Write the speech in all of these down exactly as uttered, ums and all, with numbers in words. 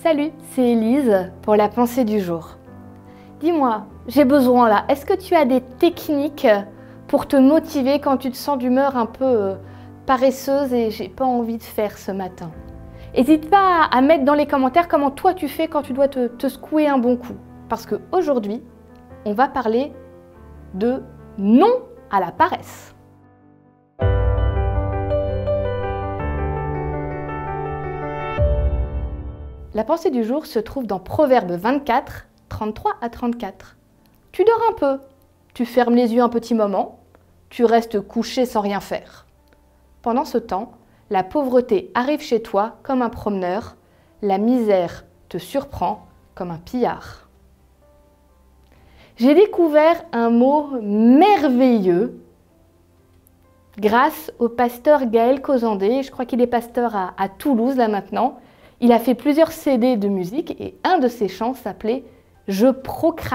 Salut, c'est Élise pour la pensée du jour. Dis-moi, j'ai besoin là, est-ce que tu as des techniques pour te motiver quand tu te sens d'humeur un peu euh, paresseuse et j'ai pas envie de faire ce matin? N'hésite pas à mettre dans les commentaires comment toi tu fais quand tu dois te, te secouer un bon coup. Parce qu'aujourd'hui, on va parler de non à la paresse. La pensée du jour se trouve dans Proverbe vingt-quatre, trente-trois à trente-quatre. Tu dors un peu, tu fermes les yeux un petit moment, tu restes couché sans rien faire. Pendant ce temps, la pauvreté arrive chez toi comme un promeneur, la misère te surprend comme un pillard. J'ai découvert un mot merveilleux grâce au pasteur Gaël Cozandé. Je crois qu'il est pasteur à, à Toulouse là maintenant. Il a fait plusieurs C D de musique et un de ses chants s'appelait « Je procrastine ».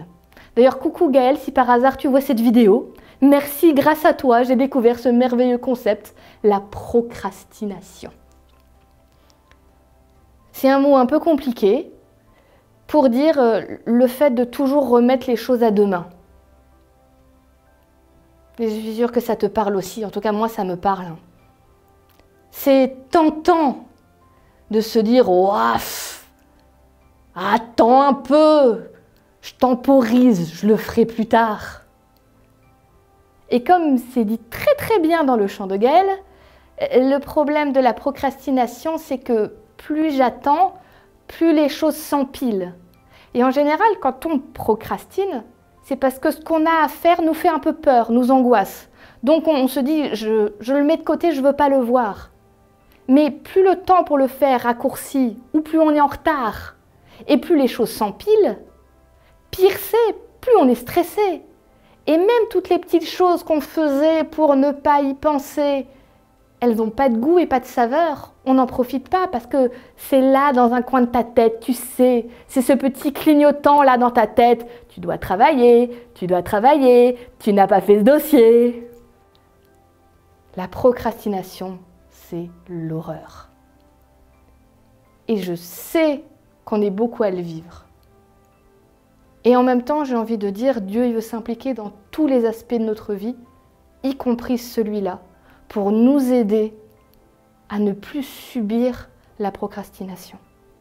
D'ailleurs, coucou Gaël, si par hasard tu vois cette vidéo, merci, grâce à toi, j'ai découvert ce merveilleux concept, la procrastination. C'est un mot un peu compliqué pour dire euh, le fait de toujours remettre les choses à demain. Et je suis sûre que ça te parle aussi, en tout cas moi ça me parle. C'est tentant de se dire « Ouaf, attends un peu, je temporise, je le ferai plus tard ». Et comme c'est dit très très bien dans le chant de Gaël, le problème de la procrastination, c'est que plus j'attends, plus les choses s'empilent. Et en général, quand on procrastine, c'est parce que ce qu'on a à faire nous fait un peu peur, nous angoisse. Donc on, on se dit, je, je le mets de côté, je ne veux pas le voir. Mais plus le temps pour le faire raccourcit, ou plus on est en retard, et plus les choses s'empilent, pire c'est, plus on est stressé. Et même toutes les petites choses qu'on faisait pour ne pas y penser, elles n'ont pas de goût et pas de saveur. On n'en profite pas parce que c'est là dans un coin de ta tête, tu sais, c'est ce petit clignotant là dans ta tête. Tu dois travailler, tu dois travailler, tu n'as pas fait ce dossier. La procrastination, c'est l'horreur. Et je sais qu'on est beaucoup à le vivre. Et en même temps, j'ai envie de dire, Dieu il veut s'impliquer dans tous les aspects de notre vie, y compris celui-là, pour nous aider à ne plus subir la procrastination.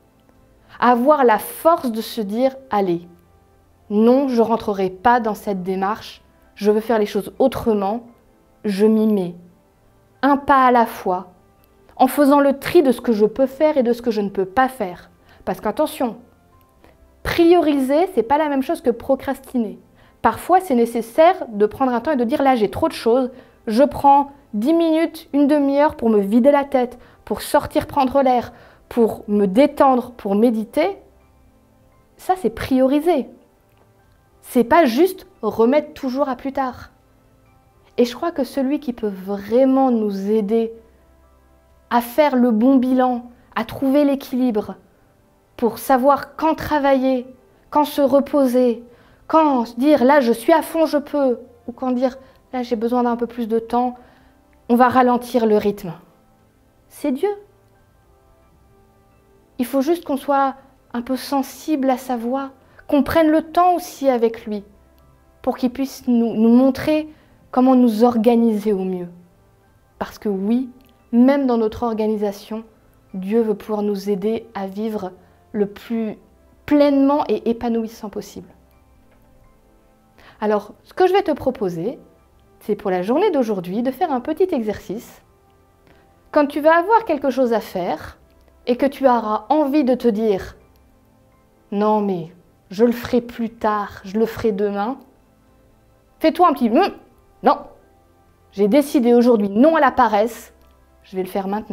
À avoir la force de se dire, allez, non, je ne rentrerai pas dans cette démarche, je veux faire les choses autrement, je m'y mets. Un pas à la fois, en faisant le tri de ce que je peux faire et de ce que je ne peux pas faire. Parce qu'attention, prioriser, ce n'est pas la même chose que procrastiner. Parfois, c'est nécessaire de prendre un temps et de dire, là, j'ai trop de choses, je prends dix minutes, une demi-heure pour me vider la tête, pour sortir prendre l'air, pour me détendre, pour méditer. Ça, c'est prioriser. C'est pas juste remettre toujours à plus tard. Et je crois que celui qui peut vraiment nous aider à faire le bon bilan, à trouver l'équilibre, pour savoir quand travailler, quand se reposer, quand se dire là je suis à fond, je peux, ou quand dire là j'ai besoin d'un peu plus de temps, on va ralentir le rythme. C'est Dieu. Il faut juste qu'on soit un peu sensible à sa voix, qu'on prenne le temps aussi avec lui, pour qu'il puisse nous, nous montrer comment nous organiser au mieux. Parce que oui, même dans notre organisation, Dieu veut pouvoir nous aider à vivre le plus pleinement et épanouissant possible. Alors, ce que je vais te proposer, c'est pour la journée d'aujourd'hui de faire un petit exercice. Quand tu vas avoir quelque chose à faire et que tu auras envie de te dire « Non mais je le ferai plus tard, je le ferai demain », fais-toi un petit hm, « Non, j'ai décidé aujourd'hui non à la paresse, je vais le faire maintenant ».